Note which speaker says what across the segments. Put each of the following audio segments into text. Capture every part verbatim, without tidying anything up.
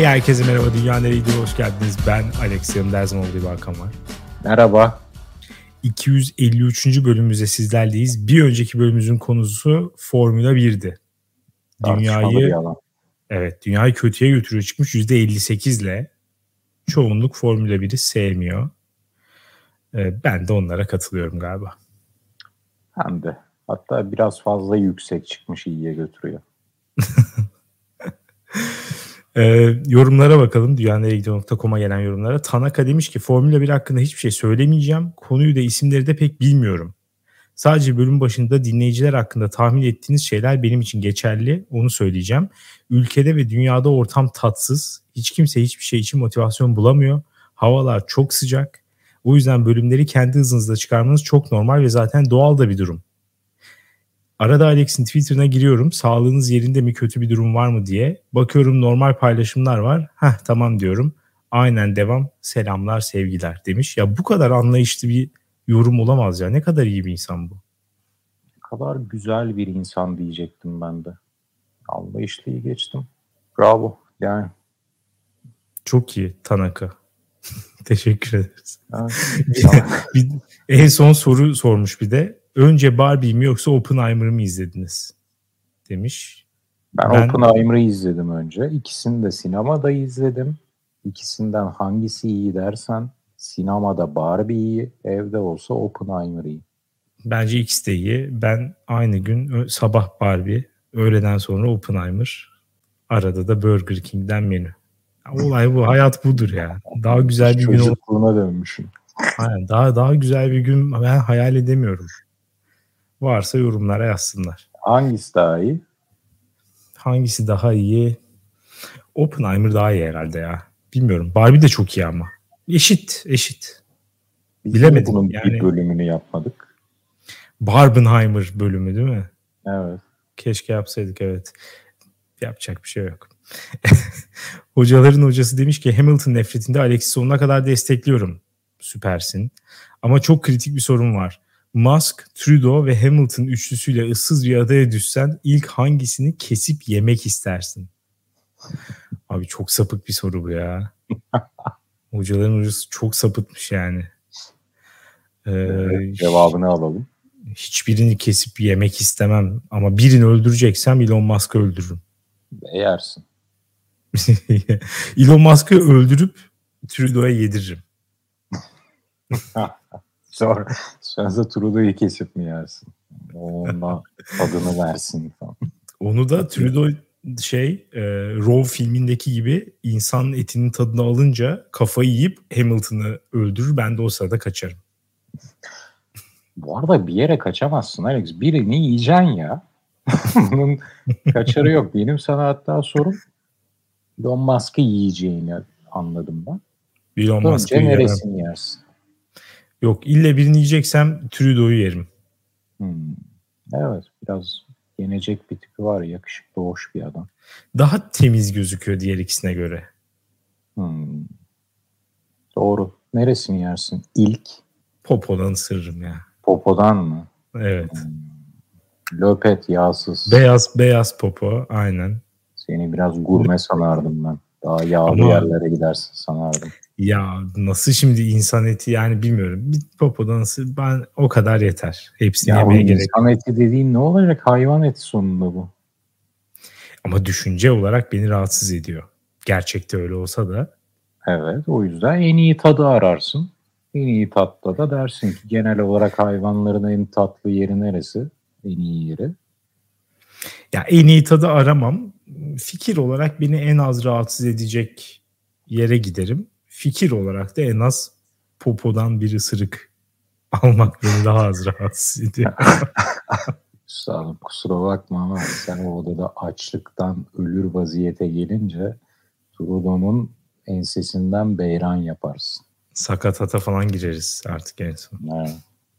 Speaker 1: Hey herkese merhaba, Dünya Nereydi, hoş geldiniz. Ben Alex, yanımda her zaman olduğu gibi Hakan var.
Speaker 2: Merhaba.
Speaker 1: iki yüz elli üçüncü bölümümüzde sizlerleyiz. Bir önceki bölümümüzün konusu Formula bir'di. Dünyayı, evet, dünyayı kötüye götürüyor çıkmış yüzde elli sekiz ile. Çoğunluk Formula bir'i sevmiyor. Ben de onlara katılıyorum galiba.
Speaker 2: Hem de. Hatta biraz fazla yüksek çıkmış, iyiye götürüyor.
Speaker 1: Ee, yorumlara bakalım. dünyaneregidiyor nokta com'a gelen yorumlara. Tanaka demiş ki Formula bir hakkında hiçbir şey söylemeyeceğim. Konuyu da isimleri de pek bilmiyorum. Sadece bölüm başında dinleyiciler hakkında tahmin ettiğiniz şeyler benim için geçerli. Onu söyleyeceğim. Ülkede ve dünyada ortam tatsız. Hiç kimse hiçbir şey için motivasyon bulamıyor. Havalar çok sıcak. O yüzden bölümleri kendi hızınızda çıkarmanız çok normal ve zaten doğal da bir durum. Arada Alex'in Twitter'ına giriyorum. Sağlığınız yerinde mi, kötü bir durum var mı diye. Bakıyorum normal paylaşımlar var. Heh, tamam diyorum. Aynen devam. Selamlar, sevgiler demiş. Ya bu kadar anlayışlı bir yorum olamaz ya. Ne kadar iyi bir insan bu.
Speaker 2: Ne kadar güzel bir insan diyecektim ben de. Anlayışlıyı geçtim. Bravo yani.
Speaker 1: Çok iyi Tanaka. Teşekkür ederiz.
Speaker 2: Evet.
Speaker 1: bir, bir, en son soru sormuş bir de. Önce Barbie mi yoksa Oppenheimer'ı mı izlediniz? Demiş.
Speaker 2: Ben, ben Oppenheimer'ı izledim önce. İkisini de sinemada izledim. İkisinden hangisi iyi dersen sinemada Barbie iyi, evde olsa Oppenheimer iyi.
Speaker 1: Bence ikisi de iyi. Ben aynı gün sabah Barbie, öğleden sonra Oppenheimer, arada da Burger King'den menü. Olay bu, hayat budur ya. Daha güzel bir gün olur.
Speaker 2: Çocukluğuna dönmüşüm.
Speaker 1: Aynen, daha daha güzel bir gün ben hayal edemiyorum. Varsa yorumlara yazsınlar.
Speaker 2: Hangisi daha iyi?
Speaker 1: Hangisi daha iyi? Oppenheimer daha iyi herhalde ya. Bilmiyorum. Barbie de çok iyi ama. Eşit, eşit.
Speaker 2: Biz
Speaker 1: bilemedim
Speaker 2: bunun
Speaker 1: yani.
Speaker 2: Bir bölümünü yapmadık.
Speaker 1: Barbenheimer bölümü değil mi?
Speaker 2: Evet.
Speaker 1: Keşke yapsaydık, evet. Yapacak bir şey yok. Hocaların hocası demiş ki Hamilton nefretinde Alex'i sonuna kadar destekliyorum. Süpersin. Ama çok kritik bir sorun var. Musk, Trudeau ve Hamilton üçlüsüyle ıssız bir adaya düşsen ilk hangisini kesip yemek istersin? Abi çok sapık bir soru bu ya. Hocaların hocası çok sapıtmış yani.
Speaker 2: Ee, evet, cevabını alalım.
Speaker 1: Hiçbirini kesip yemek istemem. Ama birini öldüreceksem Elon Musk'ı öldürürüm.
Speaker 2: Ve yersin.
Speaker 1: Elon Musk'ı öldürüp Trudeau'ya yediririm.
Speaker 2: Sonra, sonra Trudeau'yu kesip mi yersin? Ondan tadını versin falan.
Speaker 1: Onu da Trudeau şey e, Raw filmindeki gibi insan etinin tadını alınca kafayı yiyip Hamilton'ı öldürür. Ben de o sırada kaçarım.
Speaker 2: Bu arada bir yere kaçamazsın Alex. Birini yiyeceksin ya. Bunun kaçarı yok. Benim sana hatta sorum Elon Musk'ı yiyeceğini anladım ben.
Speaker 1: Elon Musk'ı
Speaker 2: yemem. Neresini yersin?
Speaker 1: Yok, ille birini yiyeceksem Trudeau'yu yerim.
Speaker 2: Hmm. Evet, biraz yenecek bir tipi var. Yakışıklı, hoş bir adam.
Speaker 1: Daha temiz gözüküyor diğer ikisine göre.
Speaker 2: Hmm. Doğru. Neresini yersin? İlk?
Speaker 1: Popodan ısırırım ya.
Speaker 2: Popodan mı?
Speaker 1: Evet.
Speaker 2: Hmm. Löpet, yağsız.
Speaker 1: Beyaz beyaz popo, aynen.
Speaker 2: Seni biraz gurme sanardım ben. Daha yağlı Ama, yerlere gidersin sanardım.
Speaker 1: Ya nasıl şimdi insan eti yani bilmiyorum. Bir popodan ısır, ben o kadar yeter. Hepsini
Speaker 2: ya
Speaker 1: yemeye gerek yok.
Speaker 2: İnsan eti dediğin ne olacak? Hayvan eti sonunda bu.
Speaker 1: Ama düşünce olarak beni rahatsız ediyor. Gerçekte öyle olsa da.
Speaker 2: Evet, o yüzden en iyi tadı ararsın. En iyi tatta da dersin ki genel olarak hayvanların en tatlı yeri neresi? En iyi yeri.
Speaker 1: Ya en iyi tadı aramam. Fikir olarak beni en az rahatsız edecek yere giderim. Fikir olarak da en az popodan bir ısırık almak beni daha az rahatsız ediyor.
Speaker 2: Üstadım kusura bakma ama sen o odada açlıktan ölür vaziyete gelince Trudeau'nun ensesinden beyran yaparsın.
Speaker 1: Sakatata falan gireriz artık en son.
Speaker 2: Evet.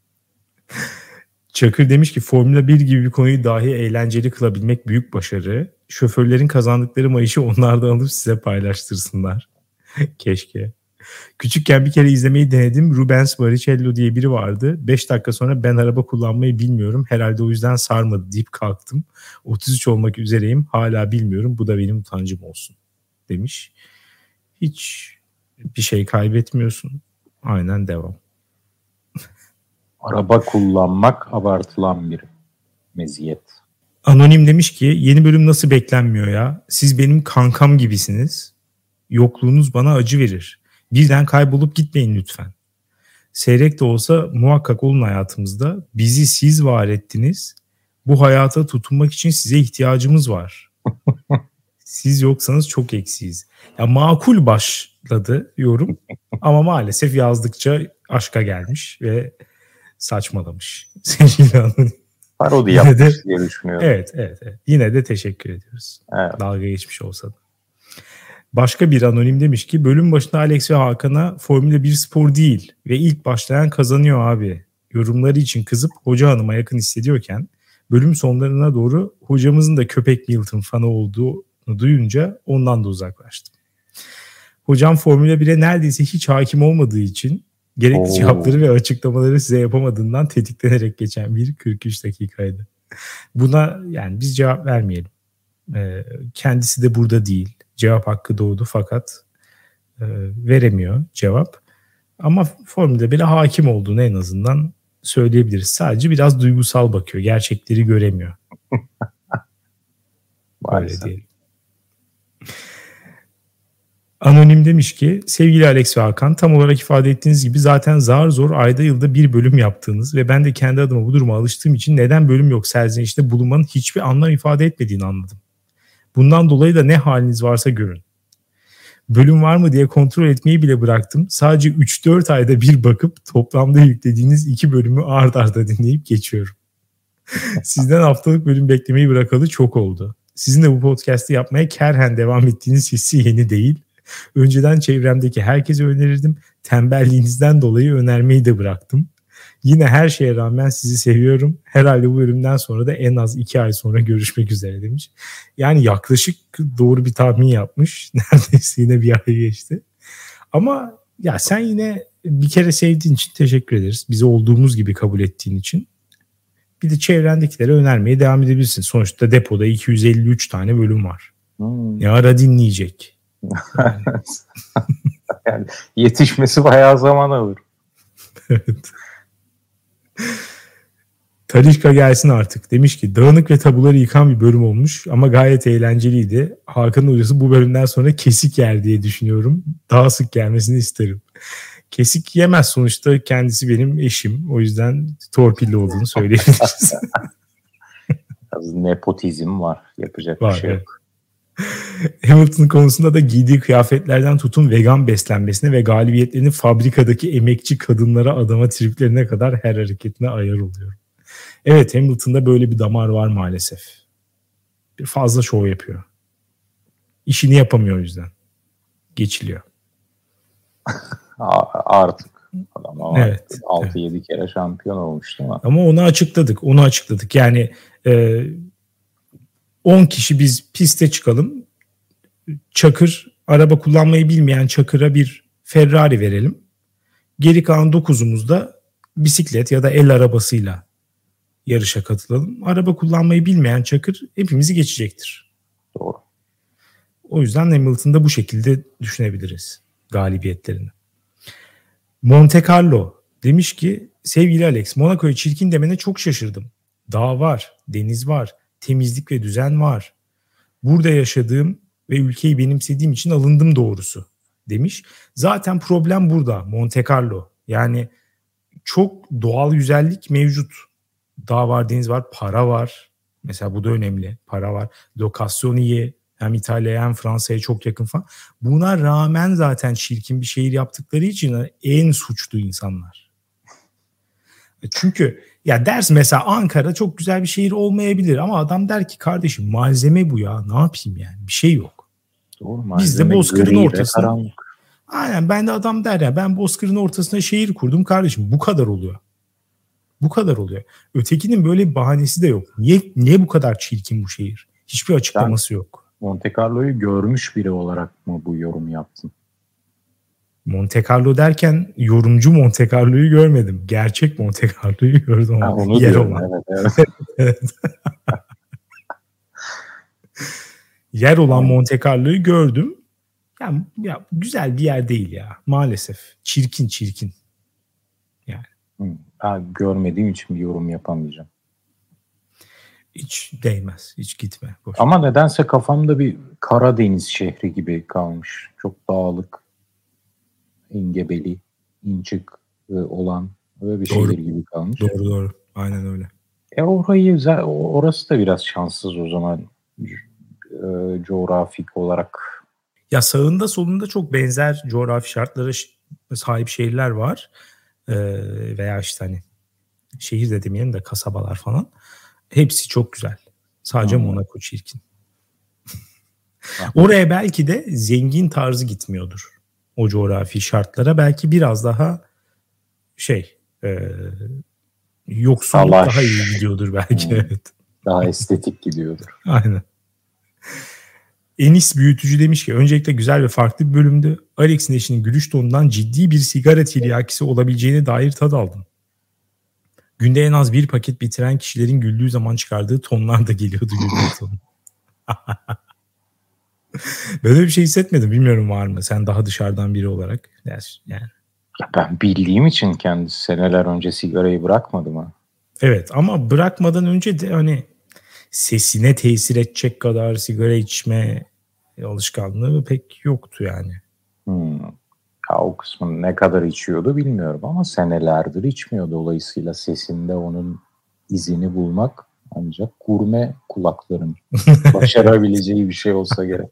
Speaker 1: Çakır demiş ki Formula bir gibi bir konuyu dahi eğlenceli kılabilmek büyük başarı. Şoförlerin kazandıkları maaşı onlar da alıp size paylaştırsınlar. Keşke. Küçükken bir kere izlemeyi denedim. Rubens Barrichello diye biri vardı. beş dakika sonra ben araba kullanmayı bilmiyorum. Herhalde o yüzden sarmadı deyip kalktım. otuz üç olmak üzereyim. Hala bilmiyorum. Bu da benim utancım olsun demiş. Hiç bir şey kaybetmiyorsun. Aynen devam.
Speaker 2: Araba kullanmak abartılan bir meziyet.
Speaker 1: Anonim demiş ki yeni bölüm nasıl beklenmiyor ya? Siz benim kankam gibisiniz. Yokluğunuz bana acı verir. Birden kaybolup gitmeyin lütfen. Seyrek de olsa muhakkak olun hayatımızda. Bizi siz var ettiniz. Bu hayata tutunmak için size ihtiyacımız var. Siz yoksanız çok eksiyiz. Ya makul başladı yorum ama maalesef yazdıkça aşka gelmiş ve saçmalamış. Sevgili Anonim.
Speaker 2: Parodi yapmış diye düşünüyorum.
Speaker 1: Evet, evet, evet. Yine de teşekkür ediyoruz.
Speaker 2: Evet.
Speaker 1: Dalga geçmiş olsa da. Başka bir anonim demiş ki bölüm başında Alex ve Hakan'a Formula bir spor değil ve ilk başlayan kazanıyor abi. Yorumları için kızıp hoca hanıma yakın hissediyorken bölüm sonlarına doğru hocamızın da köpek Milton fanı olduğunu duyunca ondan da uzaklaştım. Hocam Formula bire neredeyse hiç hakim olmadığı için gerekli Oo. cevapları ve açıklamaları size yapamadığından tetiklenerek geçen bir kırk üç dakikaydı. Buna yani biz cevap vermeyelim. Ee, kendisi de burada değil. Cevap hakkı doğdu fakat e, veremiyor cevap. Ama Formula bire hakim olduğunu en azından söyleyebiliriz. Sadece biraz duygusal bakıyor. Gerçekleri göremiyor. Öyle diyelim. Anonim demiş ki sevgili Alex ve Hakan tam olarak ifade ettiğiniz gibi zaten zar zor ayda yılda bir bölüm yaptığınız ve ben de kendi adıma bu duruma alıştığım için neden bölüm yok serzenişte bulunmanın hiçbir anlam ifade etmediğini anladım. Bundan dolayı da ne haliniz varsa görün. Bölüm var mı diye kontrol etmeyi bile bıraktım. Sadece üç dört ayda bir bakıp toplamda yüklediğiniz iki bölümü art arda dinleyip geçiyorum. Sizden haftalık bölüm beklemeyi bırakalı çok oldu. Sizin de bu podcast'ı yapmaya kerhen devam ettiğiniz hissi yeni değil. Önceden çevremdeki herkese önerirdim. Tembelliğinizden dolayı önermeyi de bıraktım. Yine her şeye rağmen sizi seviyorum. Herhalde bu bölümden sonra da en az iki ay sonra görüşmek üzere demiş. Yani yaklaşık doğru bir tahmin yapmış. Neredeyse yine bir ay geçti. Ama ya sen yine bir kere sevdiğin için teşekkür ederiz. Bizi olduğumuz gibi kabul ettiğin için. Bir de çevrendekilere önermeye devam edebilirsin. Sonuçta depoda iki yüz elli üç tane bölüm var. Hmm. Ne ara dinleyecek? Yani.
Speaker 2: Yani yetişmesi bayağı zaman alır.
Speaker 1: Evet. Talişka gelsin artık. Demiş ki dağınık ve tabuları yıkan bir bölüm olmuş ama gayet eğlenceliydi. Hakan'ın hocası bu bölümden sonra kesik yer diye düşünüyorum. Daha sık gelmesini isterim. Kesik yemez sonuçta kendisi benim eşim. O yüzden torpilli olduğunu söyleyebiliriz.
Speaker 2: Nepotizm var. Yapacak
Speaker 1: var,
Speaker 2: bir şey
Speaker 1: evet.
Speaker 2: yok.
Speaker 1: Hamilton konusunda da giydiği kıyafetlerden tutun vegan beslenmesine ve galibiyetlerini fabrikadaki emekçi kadınlara adama triplerine kadar her hareketine ayar oluyorum. Evet, Hamilton'da böyle bir damar var maalesef. Bir fazla şov yapıyor. İşini yapamıyor o yüzden. Geçiliyor.
Speaker 2: Artık. Adam ama
Speaker 1: evet,
Speaker 2: altı yedi evet. kere şampiyon olmuş değil mi?
Speaker 1: Ama onu açıkladık. Onu açıkladık. Yani e, on kişi biz piste çıkalım. Çakır, araba kullanmayı bilmeyen Çakır'a bir Ferrari verelim. Geri kalan dokuzumuz da bisiklet ya da el arabasıyla yarışa katılalım. Araba kullanmayı bilmeyen Çakır hepimizi geçecektir.
Speaker 2: Doğru.
Speaker 1: O yüzden Hamilton'da bu şekilde düşünebiliriz galibiyetlerini. Monte Carlo demiş ki sevgili Alex, Monaco'ya çirkin demene çok şaşırdım. Dağ var, deniz var, temizlik ve düzen var. Burada yaşadığım ve ülkeyi benimsediğim için alındım doğrusu demiş. Zaten problem burada Monte Carlo. Yani çok doğal güzellik mevcut. Dağ var, deniz var, para var. Mesela bu da önemli. Para var. Lokasyon iyi. Hem İtalya'ya hem Fransa'ya çok yakın falan. Buna rağmen zaten çirkin bir şehir yaptıkları için en suçlu insanlar. Çünkü ya ders mesela Ankara çok güzel bir şehir olmayabilir ama adam der ki kardeşim malzeme bu ya, ne yapayım yani, bir şey yok.
Speaker 2: Doğru,
Speaker 1: biz de Bozkır'ın ortasına aynen ben de adam der ya ben Bozkır'ın ortasına şehir kurdum kardeşim, bu kadar oluyor. Bu kadar oluyor. Ötekinin böyle bir bahanesi de yok. Niye niye bu kadar çirkin bu şehir? Hiçbir açıklaması Sen yok.
Speaker 2: Monte Carlo'yu görmüş biri olarak mı bu yorumu yaptın?
Speaker 1: Monte Carlo derken yorumcu Monte Carlo'yu görmedim. Gerçek Monte Carlo'yu gördüm.
Speaker 2: Ha, onu
Speaker 1: yer
Speaker 2: diyorum,
Speaker 1: olan.
Speaker 2: Evet, evet.
Speaker 1: evet. Yer olan Monte Carlo'yu gördüm. Ya, ya güzel bir yer değil ya maalesef. Çirkin çirkin. Yani.
Speaker 2: Hmm. Ha, görmediğim için bir yorum yapamayacağım.
Speaker 1: Hiç değmez. Hiç gitme. Boş.
Speaker 2: Ama nedense kafamda bir Karadeniz şehri gibi kalmış. Çok dağlık, engebeli, incik olan böyle bir
Speaker 1: Doğru.
Speaker 2: şehir gibi kalmış.
Speaker 1: Doğru doğru. Aynen öyle.
Speaker 2: E orayı orası da biraz şanssız o zaman e, coğrafik olarak.
Speaker 1: Ya sağında solunda çok benzer coğrafi şartlara sahip şehirler var. Ee, veya işte hani şehir de demeyelim de kasabalar falan. Hepsi çok güzel. Sadece hmm. Monaco çirkin. Oraya belki de zengin tarzı gitmiyordur. O coğrafi şartlara. Belki biraz daha şey e, yoksulluk Salaş. Daha iyi gidiyordur belki. Hmm. Evet.
Speaker 2: Daha estetik gidiyordur.
Speaker 1: Aynen. Enis Büyütücü demiş ki öncelikle güzel ve farklı bir bölümdü. Alex'in eşinin gülüş tonundan ciddi bir sigara tiryakisi olabileceğine dair tad aldım. Günde en az bir paket bitiren kişilerin güldüğü zaman çıkardığı tonlar da geliyordu gülme tonu. Böyle bir şey hissetmedim. Bilmiyorum var mı? Sen daha dışarıdan biri olarak. Yani.
Speaker 2: Ya ben bildiğim için kendisi seneler önce sigarayı bırakmadı mı?
Speaker 1: Evet ama bırakmadan önce de hani sesine tesir edecek kadar sigara içme alışkanlığı pek yoktu yani.
Speaker 2: Hmm. Ya o kısmını ne kadar içiyordu bilmiyorum ama senelerdir içmiyor. Dolayısıyla sesinde onun izini bulmak ancak gurme kulakların başarabileceği bir şey olsa gerek.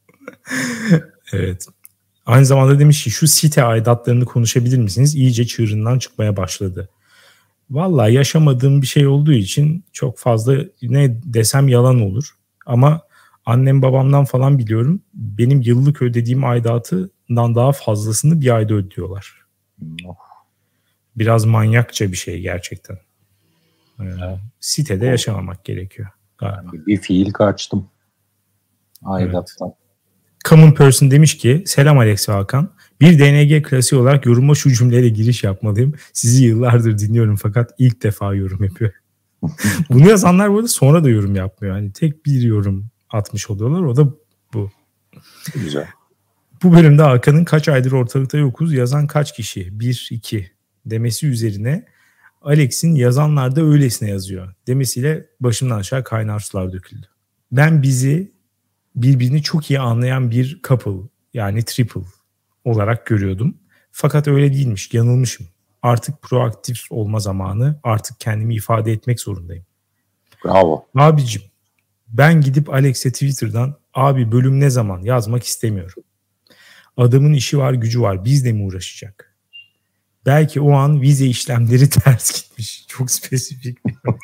Speaker 1: Evet. Aynı zamanda demiş ki şu site aidatlarını konuşabilir misiniz? İyice çığırından çıkmaya başladı. Vallahi yaşamadığım bir şey olduğu için çok fazla ne desem yalan olur. Ama annem babamdan falan biliyorum. Benim yıllık ödediğim aidatından daha fazlasını bir ayda ödüyorlar. Oh. Biraz manyakça bir şey gerçekten. Ee, evet. Sitede oh. yaşamamak gerekiyor galiba.
Speaker 2: Bir fiil kaçtım aidattan. Evet.
Speaker 1: Common Person demiş ki selam Alex ve Hakan. Bir D N G klasiği olarak yoruma şu cümleyle giriş yapmalıyım. Sizi yıllardır dinliyorum fakat ilk defa yorum yapıyor. Bunu yazanlar bu arada sonra da yorum yapmıyor. Yani tek bir yorum atmış oluyorlar. O da bu.
Speaker 2: Güzel.
Speaker 1: Bu bölümde Hakan'ın kaç aydır ortalıkta yokuz yazan kaç kişi? Bir, iki demesi üzerine Alex'in yazanlarda öylesine yazıyor demesiyle başımdan aşağı kaynar sular döküldü. Ben bizi birbirini çok iyi anlayan bir couple yani triple olarak görüyordum. Fakat öyle değilmiş, yanılmışım. Artık proaktif olma zamanı, artık kendimi ifade etmek zorundayım.
Speaker 2: Bravo.
Speaker 1: Abicim, ben gidip Alex'e Twitter'dan abi bölüm ne zaman yazmak istemiyorum. Adamın işi var, gücü var, bizle mi uğraşacak? Belki o an vize işlemleri ters gitmiş. Çok spesifik.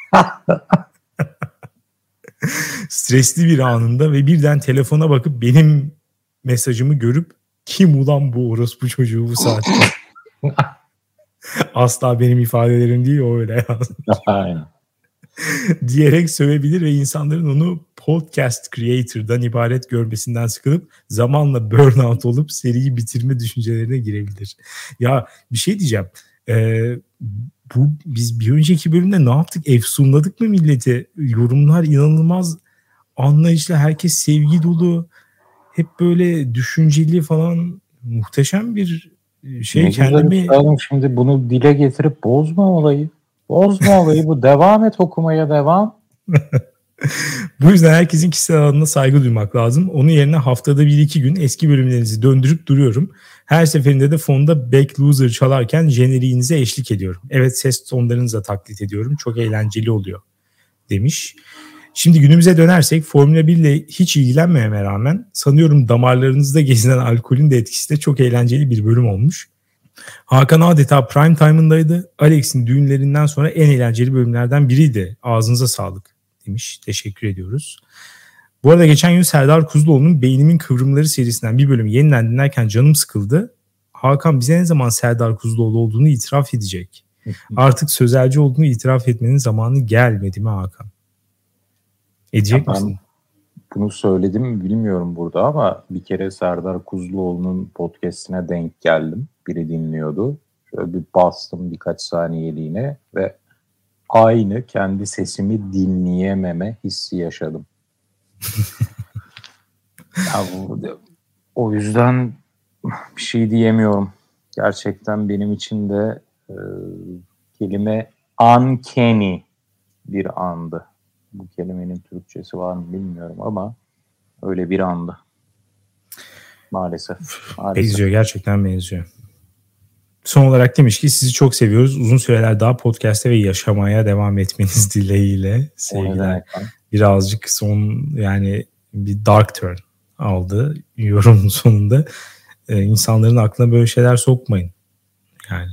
Speaker 1: Stresli bir anında ve birden telefona bakıp benim mesajımı görüp kim ulan bu orospu çocuğu bu saatte? Asla benim ifadelerim değil o öyle yazmış.
Speaker 2: Aynen.
Speaker 1: Diyerek sövebilir ve insanların onu podcast creator'dan ibaret görmesinden sıkılıp zamanla burnout olup seriyi bitirme düşüncelerine girebilir. Ya bir şey diyeceğim. Ee, bu biz bir önceki bölümde ne yaptık? Efsunladık mı millete? Yorumlar inanılmaz anlayışlı, herkes sevgi dolu. Hep böyle düşünceli falan muhteşem bir şey.
Speaker 2: Ne kendimi... güzel şimdi bunu dile getirip bozma olayı. Bozma olayı bu. Devam et okumaya devam.
Speaker 1: Bu yüzden herkesin kişisel alanına saygı duymak lazım. Onun yerine haftada bir iki gün eski bölümlerinizi döndürüp duruyorum. Her seferinde de fonda Back Loser çalarken jeneriğinize eşlik ediyorum. Evet ses tonlarınızla taklit ediyorum. Çok eğlenceli oluyor demiş. Şimdi günümüze dönersek Formula bir ile hiç ilgilenmememe rağmen sanıyorum damarlarınızda gezinen alkolün de etkisi de çok eğlenceli bir bölüm olmuş. Hakan adeta prime time'ındaydı. Alex'in düğünlerinden sonra en eğlenceli bölümlerden biriydi. Ağzınıza sağlık demiş. Teşekkür ediyoruz. Bu arada geçen gün Serdar Kuzuloğlu'nun Beynimin Kıvrımları serisinden bir bölüm yeniden dinlerken canım sıkıldı. Hakan bize ne zaman Serdar Kuzuloğlu olduğunu itiraf edecek. Artık sözelci olduğunu itiraf etmenin zamanı gelmedi mi Hakan? Edecek misin?
Speaker 2: Bunu söyledim mi bilmiyorum burada ama bir kere Serdar Kuzuloğlu'nun podcastine denk geldim. Biri dinliyordu. Şöyle bir bastım birkaç saniyeliğine ve aynı kendi sesimi dinleyememe hissi yaşadım. Ya bu, O yüzden bir şey diyemiyorum. Gerçekten benim için de e, kelime uncanny bir andı. Bu kelimenin Türkçesi var mı bilmiyorum ama öyle bir andı. Maalesef. Maalesef.
Speaker 1: Benziyor, gerçekten benziyor. Son olarak demiş ki sizi çok seviyoruz. Uzun süreler daha podcast'te ve yaşamaya devam etmeniz dileğiyle. Sevgiler. Birazcık son yani bir dark turn aldı yorumun sonunda. Ee, insanların aklına böyle şeyler sokmayın. Yani.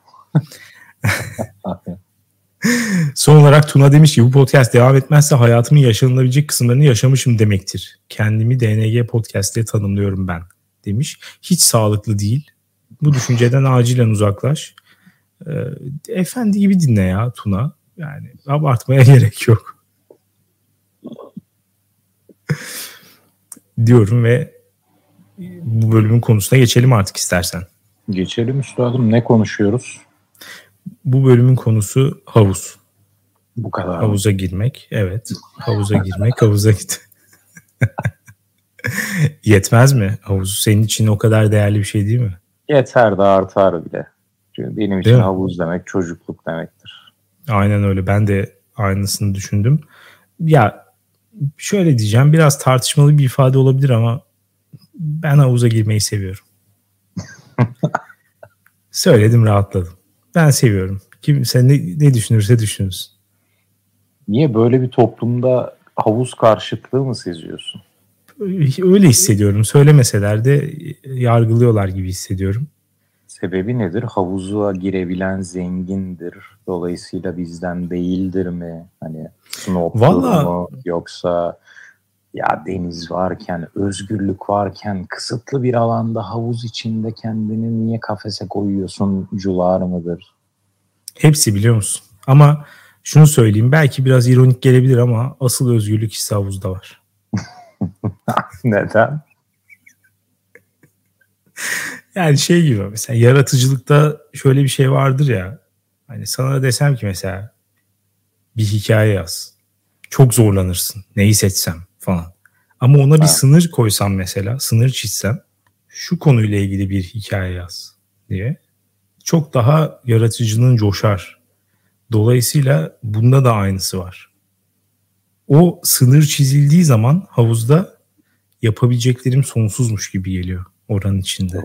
Speaker 1: Son olarak Tuna demiş ki bu podcast devam etmezse hayatımın yaşanılabilecek kısımlarını yaşamışım demektir. Kendimi D N G podcast diye tanımlıyorum ben demiş. Hiç sağlıklı değil. Bu düşünceden acilen uzaklaş. Ee, efendi gibi dinle ya Tuna. Yani abartmaya gerek yok. Diyorum ve bu bölümün konusuna geçelim artık istersen.
Speaker 2: Geçelim üstadım. Ne konuşuyoruz?
Speaker 1: Bu bölümün konusu havuz.
Speaker 2: Bu kadar.
Speaker 1: Havuza girmek. Evet. Havuza girmek, havuza git. Yetmez mi? Havuz senin için o kadar değerli bir şey değil mi?
Speaker 2: Yeter de artar bile. Çünkü benim için havuz demek çocukluk demektir.
Speaker 1: Aynen öyle. Ben de aynısını düşündüm. Ya şöyle diyeceğim. Biraz tartışmalı bir ifade olabilir ama ben havuza girmeyi seviyorum. Söyledim, rahatladım. Ben seviyorum. Kimse ne, ne düşünürse düşünsün.
Speaker 2: Niye böyle bir toplumda havuz karşıtlığı mı seziyorsun?
Speaker 1: Öyle hissediyorum. Söylemeseler de yargılıyorlar gibi hissediyorum.
Speaker 2: Sebebi nedir? Havuza girebilen zengindir. Dolayısıyla bizden değildir mi? Hani snobdur mu? Yoksa ya deniz varken, özgürlük varken kısıtlı bir alanda havuz içinde kendini niye kafese koyuyorsun cular mıdır?
Speaker 1: Hepsi, biliyor musun? Ama şunu söyleyeyim, belki biraz ironik gelebilir ama asıl özgürlük hissi havuzda var.
Speaker 2: Neden?
Speaker 1: Yani şey gibi, mesela yaratıcılıkta şöyle bir şey vardır ya. Hani sana desem ki mesela bir hikaye yaz. Çok zorlanırsın. Neyi seçsem falan. Ama ona bir ha. sınır koysam mesela, sınır çizsem, şu konuyla ilgili bir hikaye yaz diye, çok daha yaratıcılığın coşar. Dolayısıyla bunda da aynısı var. O sınır çizildiği zaman havuzda yapabileceklerim sonsuzmuş gibi geliyor oranın içinde.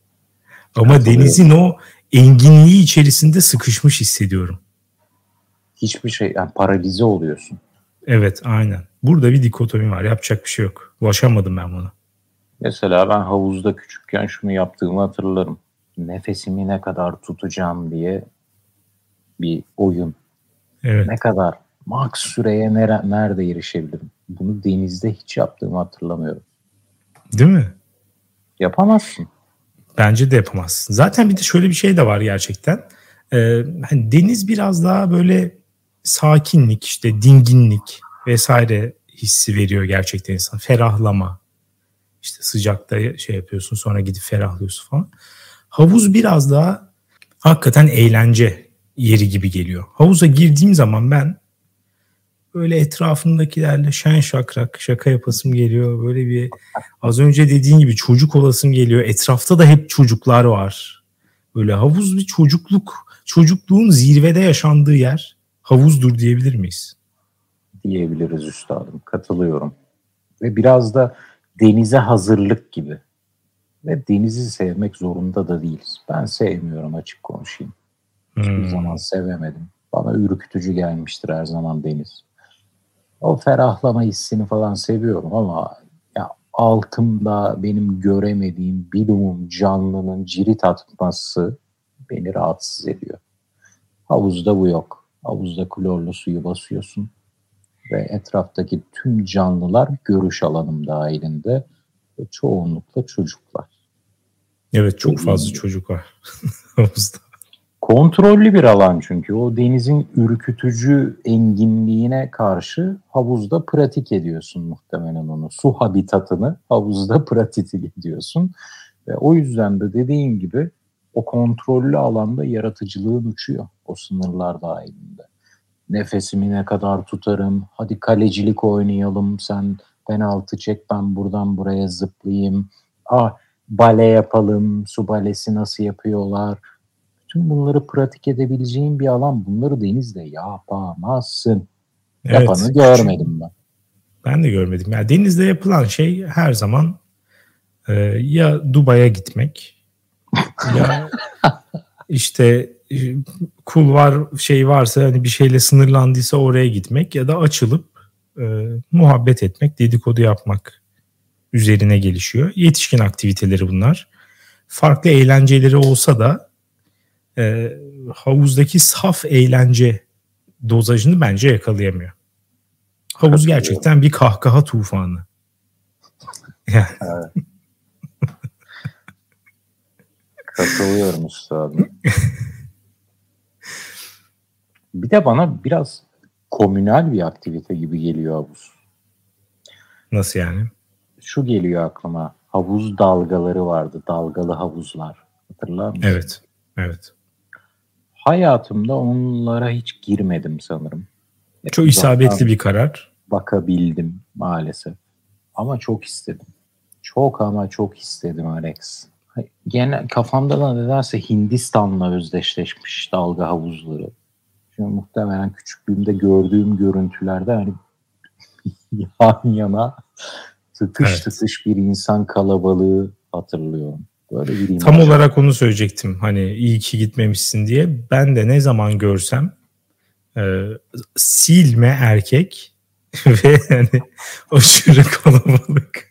Speaker 1: Ama denizin o enginliği içerisinde sıkışmış hissediyorum.
Speaker 2: Hiçbir şey, yani paralize oluyorsun.
Speaker 1: Evet, aynen. Burada bir dikotomi var. Yapacak bir şey yok. Ulaşamadım ben buna.
Speaker 2: Mesela ben havuzda küçükken şunu yaptığımı hatırlarım. Nefesimi ne kadar tutacağım diye bir oyun.
Speaker 1: Evet.
Speaker 2: Ne kadar, max süreye nere, nerede erişebilirim? Bunu denizde hiç yaptığımı hatırlamıyorum.
Speaker 1: Değil mi?
Speaker 2: Yapamazsın.
Speaker 1: Bence de yapamazsın. Zaten bir de şöyle bir şey de var gerçekten. Ee, hani deniz biraz daha böyle sakinlik, işte dinginlik vesaire hissi veriyor gerçekten insan. Ferahlama. İşte sıcakta şey yapıyorsun, sonra gidip ferahlıyorsun falan. Havuz biraz daha hakikaten eğlence yeri gibi geliyor. Havuza girdiğim zaman ben böyle etrafımdakilerle şen şakrak şaka yapasım geliyor. Böyle bir, az önce dediğin gibi çocuk olasım geliyor. Etrafta da hep çocuklar var. Böyle havuz bir çocukluk, çocukluğun zirvede yaşandığı yer havuzdur diyebilir miyiz?
Speaker 2: Diyebiliriz üstadım. Katılıyorum. Ve biraz da denize hazırlık gibi. Ve denizi sevmek zorunda da değiliz. Ben sevmiyorum, açık konuşayım. Hiçbir hmm. zaman sevemedim. Bana ürkütücü gelmiştir her zaman deniz. O ferahlama hissini falan seviyorum ama ya altımda benim göremediğim bilumum canlının cirit atması beni rahatsız ediyor. Havuzda bu yok. Havuzda klorlu suyu basıyorsun ve etraftaki tüm canlılar görüş alanım dahilinde ve çoğunlukla çocuklar.
Speaker 1: Evet, çok fazla çocuk var havuzda.
Speaker 2: Kontrollü bir alan çünkü. O denizin ürkütücü enginliğine karşı havuzda pratik ediyorsun muhtemelen onu. Su habitatını havuzda pratik ediyorsun. Ve o yüzden de dediğin gibi o kontrollü alanda yaratıcılığın uçuyor o sınırlar dahilinde. Nefesimi ne kadar tutarım, hadi kalecilik oynayalım, sen penaltı çek, ben buradan buraya zıplayayım. ah, bale yapalım, su balesi nasıl yapıyorlar. Bütün bunları pratik edebileceğin bir alan. Bunları denizde yapamazsın. Evet, yapanı görmedim ben.
Speaker 1: Ben de görmedim. Yani denizde yapılan şey her zaman e, ya Dubai'ye gitmek ya işte kulvar şey varsa hani bir şeyle sınırlandıysa oraya gitmek ya da açılıp e, muhabbet etmek, dedikodu yapmak üzerine gelişiyor. Yetişkin aktiviteleri bunlar. Farklı eğlenceleri olsa da e, havuzdaki saf eğlence dozajını bence yakalayamıyor. Havuz gerçekten bir kahkaha tufanı. Yani.
Speaker 2: Evet. Katılıyorum üstadım. Bir de bana biraz komünal bir aktivite gibi geliyor havuz.
Speaker 1: Nasıl yani?
Speaker 2: Şu geliyor aklıma. Havuz dalgaları vardı. Dalgalı havuzlar. Hatırlar mısın?
Speaker 1: Evet. Evet.
Speaker 2: Hayatımda onlara hiç girmedim sanırım.
Speaker 1: Çok isabetli bir karar.
Speaker 2: Bakabildim maalesef. Ama çok istedim. Çok ama çok istedim Alex. Gene kafamda da nedense Hindistan'la özdeşleşmiş dalga havuzları. Şimdi muhtemelen küçüklüğümde gördüğüm görüntülerde hani yan yana tıkış evet. tıkış bir insan kalabalığı hatırlıyorum. Böyle bir
Speaker 1: Tam olarak onu söyleyecektim. Hani iyi ki gitmemişsin diye. Ben de ne zaman görsem e, silme erkek ve hani aşırı kalabalık.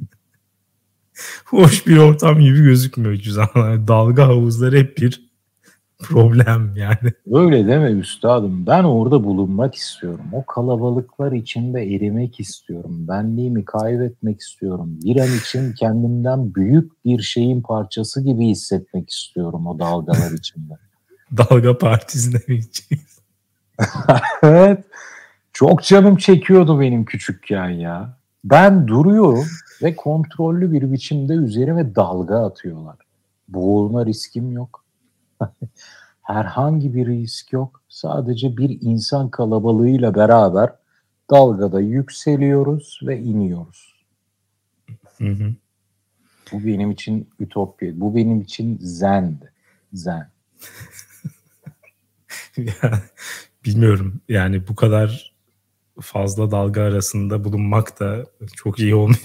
Speaker 1: Hoş bir ortam gibi gözükmüyor cüzdanlar. Dalga havuzları hep bir problem yani.
Speaker 2: Öyle deme üstadım. Ben orada bulunmak istiyorum. O kalabalıklar içinde erimek istiyorum. Benliğimi kaybetmek istiyorum. Bir an için kendimden büyük bir şeyin parçası gibi hissetmek istiyorum o dalgalar içinde.
Speaker 1: Dalga partisine mi gideceğiz?
Speaker 2: Evet. Çok canım çekiyordu benim küçükken ya. Ben duruyorum ve kontrollü bir biçimde üzerime dalga atıyorlar. Boğulma riskim yok. Herhangi bir risk yok. Sadece bir insan kalabalığıyla beraber dalgada yükseliyoruz ve iniyoruz.
Speaker 1: Hı hı.
Speaker 2: Bu benim için ütopya. Bu benim için zendi. Zen.
Speaker 1: Ya, bilmiyorum. Yani bu kadar fazla dalga arasında bulunmak da çok iyi olmuyor.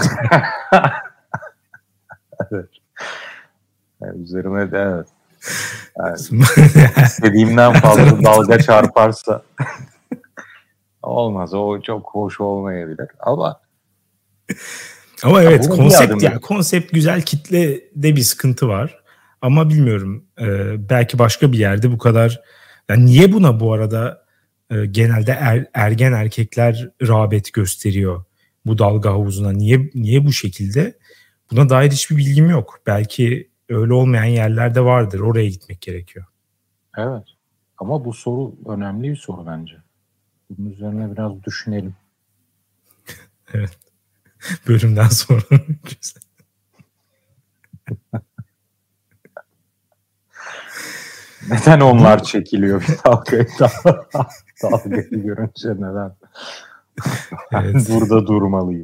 Speaker 2: Evet. Yani üzerime de evet. Yani istediğimden fazla dalga çarparsa olmaz. O çok hoş olmayabilir. Ama
Speaker 1: ama evet konsept ya konsept güzel, kitlede bir sıkıntı var. Ama bilmiyorum. E, belki başka bir yerde bu kadar. Yani niye buna bu arada e, genelde er, ergen erkekler rağbet gösteriyor bu dalga havuzuna? Niye niye bu şekilde? Buna dair hiçbir bilgim yok. Belki öyle olmayan yerlerde vardır. Oraya gitmek gerekiyor.
Speaker 2: Evet. Ama bu soru önemli bir soru bence. Bunun üzerine biraz düşünelim.
Speaker 1: Evet. Bölümden sonra.
Speaker 2: Neden onlar çekiliyor bir dalgayı dalgayı görünce neden? Evet. Burada durmalıyım.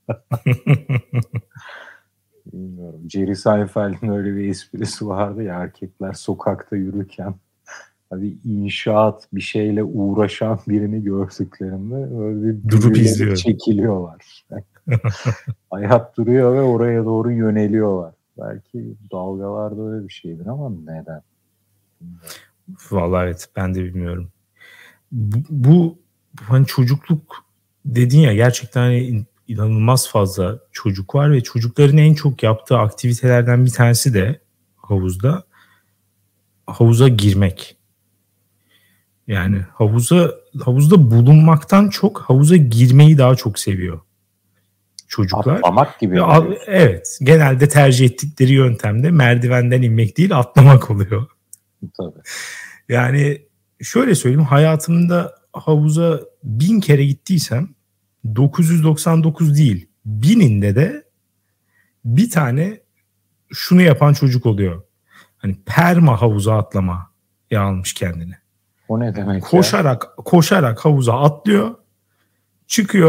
Speaker 2: Bilmiyorum. Jerry Seinfeld'in öyle bir esprisi vardı ya, erkekler sokakta yürürken hani inşaat bir şeyle uğraşan birini gördüklerinde böyle bir
Speaker 1: durup izliyor.
Speaker 2: Çekiliyorlar. Hayat duruyor ve oraya doğru yöneliyorlar. Belki dalgalarda öyle bir şeydir ama neden?
Speaker 1: Vallahi evet, ben de bilmiyorum. Bu, bu hani çocukluk dedin ya, gerçekten hani inanılmaz fazla çocuk var ve çocukların en çok yaptığı aktivitelerden bir tanesi de havuzda havuza girmek. Yani havuza havuzda bulunmaktan çok havuza girmeyi daha çok seviyor çocuklar.
Speaker 2: Atlamak gibi.
Speaker 1: Ve, evet, genelde tercih ettikleri yöntemde merdivenden inmek değil, atlamak oluyor.
Speaker 2: Tabii.
Speaker 1: Yani şöyle söyleyeyim, hayatımda havuza bin kere gittiysem dokuz yüz doksan dokuz değil, bininde de bir tane şunu yapan çocuk oluyor. Hani perma havuza atlama ya almış kendini.
Speaker 2: O ne demek
Speaker 1: koşarak, ya? Koşarak havuza atlıyor, çıkıyor,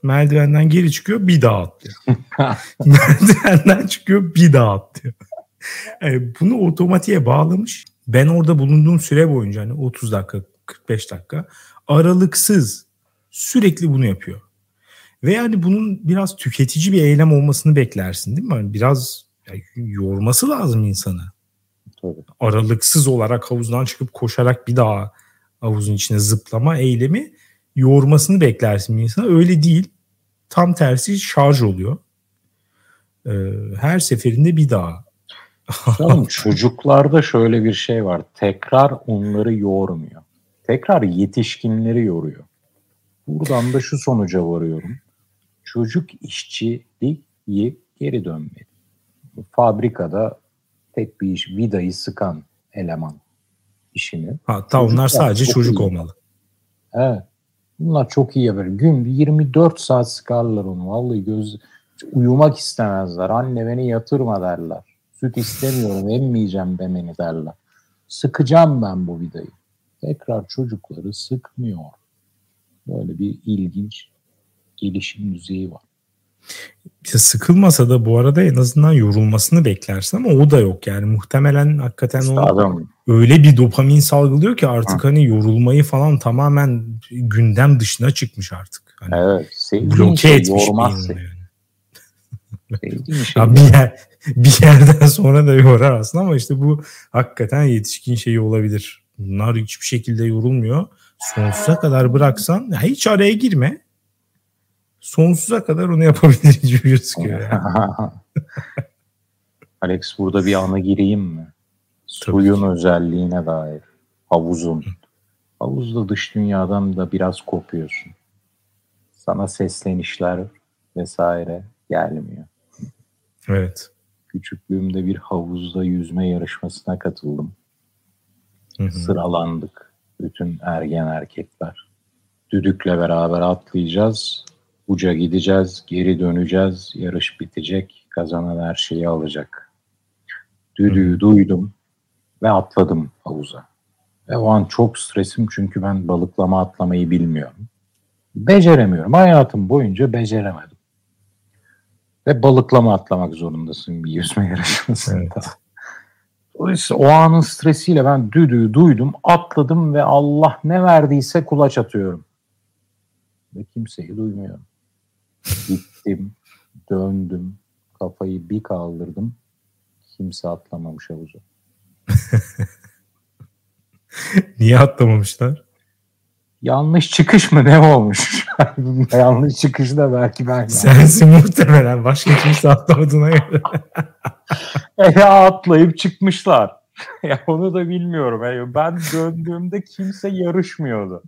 Speaker 1: Merdivenden geri çıkıyor, bir daha atlıyor. Merdivenden çıkıyor, bir daha atlıyor. Yani bunu otomatiğe bağlamış. Ben orada bulunduğum süre boyunca hani otuz dakika, kırk beş dakika aralıksız sürekli bunu yapıyor. Ve yani bunun biraz tüketici bir eylem olmasını beklersin değil mi? Yani biraz yani yorması lazım insanı.
Speaker 2: Tabii.
Speaker 1: Aralıksız olarak havuzdan çıkıp koşarak bir daha havuzun içine zıplama eylemi yormasını beklersin bir insana. Öyle değil. Tam tersi şarj oluyor. Ee, her seferinde bir daha.
Speaker 2: Canım, çocuklarda şöyle bir şey var. Tekrar onları yormuyor. Tekrar yetişkinleri yoruyor. Buradan da şu sonuca varıyorum. Çocuk işçiliği geri dönmeli. Fabrikada tek bir iş, vidayı sıkan eleman işini.
Speaker 1: Hatta onlar sadece çocuk olmalı.
Speaker 2: Evet. Bunlar çok iyi yapar. Gün yirmi dört saat sıkarlar onu. Vallahi göz uyumak istemezler. Anne beni yatırma derler. Süt istemiyorum, emmeyeceğim beni derler. Sıkacağım ben bu vidayı. Tekrar çocukları sıkmıyor. Böyle bir ilginç gelişim düzeyi var.
Speaker 1: İşte sıkılmasa da bu arada en azından yorulmasını beklersin ama o da yok yani. Muhtemelen hakikaten
Speaker 2: işte
Speaker 1: o
Speaker 2: adam
Speaker 1: öyle bir dopamin salgılıyor ki artık Hı. hani yorulmayı falan tamamen gündem dışına çıkmış artık. Hani
Speaker 2: evet.
Speaker 1: Bloke
Speaker 2: şey,
Speaker 1: etmiş
Speaker 2: yormaz
Speaker 1: beynini yani.
Speaker 2: Şey
Speaker 1: ya bir, yer, bir yerden sonra da yorar aslında ama işte bu hakikaten yetişkin şeyi olabilir. Bunlar hiçbir şekilde yorulmuyor. Sonsuza kadar bıraksan ya hiç araya girme. Sonsuza kadar onu yapabilir gibi gözüküyor yani.
Speaker 2: Alex, burada bir ana gireyim mi? Suyun özelliğine dair. Havuzun. Havuzda dış dünyadan da biraz kopuyorsun. Sana seslenişler vesaire gelmiyor.
Speaker 1: Evet.
Speaker 2: Küçüklüğümde bir havuzda yüzme yarışmasına katıldım. Hı hı. Sıralandık. Bütün ergen erkekler. Düdükle beraber atlayacağız. Uca gideceğiz, geri döneceğiz. Yarış bitecek. Kazanan her şeyi alacak. Düdüğü hı hı. duydum ve atladım havuza. Ve o an çok stresim çünkü ben balıklama atlamayı bilmiyorum. Beceremiyorum. Hayatım boyunca beceremedim. Ve balıklama atlamak zorundasın bir yüzme yarışmasında. Evet. Dolayısıyla o anın stresiyle ben düdüğü duydum, atladım ve Allah ne verdiyse kulaç atıyorum. Ve kimseyi duymuyorum. Gittim, döndüm, kafayı bir kaldırdım. Kimse atlamamış havuza.
Speaker 1: Niye atlamamışlar?
Speaker 2: Yanlış çıkış mı ne olmuş? Yanlış çıkış da belki ben.
Speaker 1: Sensin muhtemelen. Başka kimse atlamadığına göre.
Speaker 2: Ya atlayıp çıkmışlar. Ya onu da bilmiyorum. Yani ben döndüğümde kimse yarışmıyordu.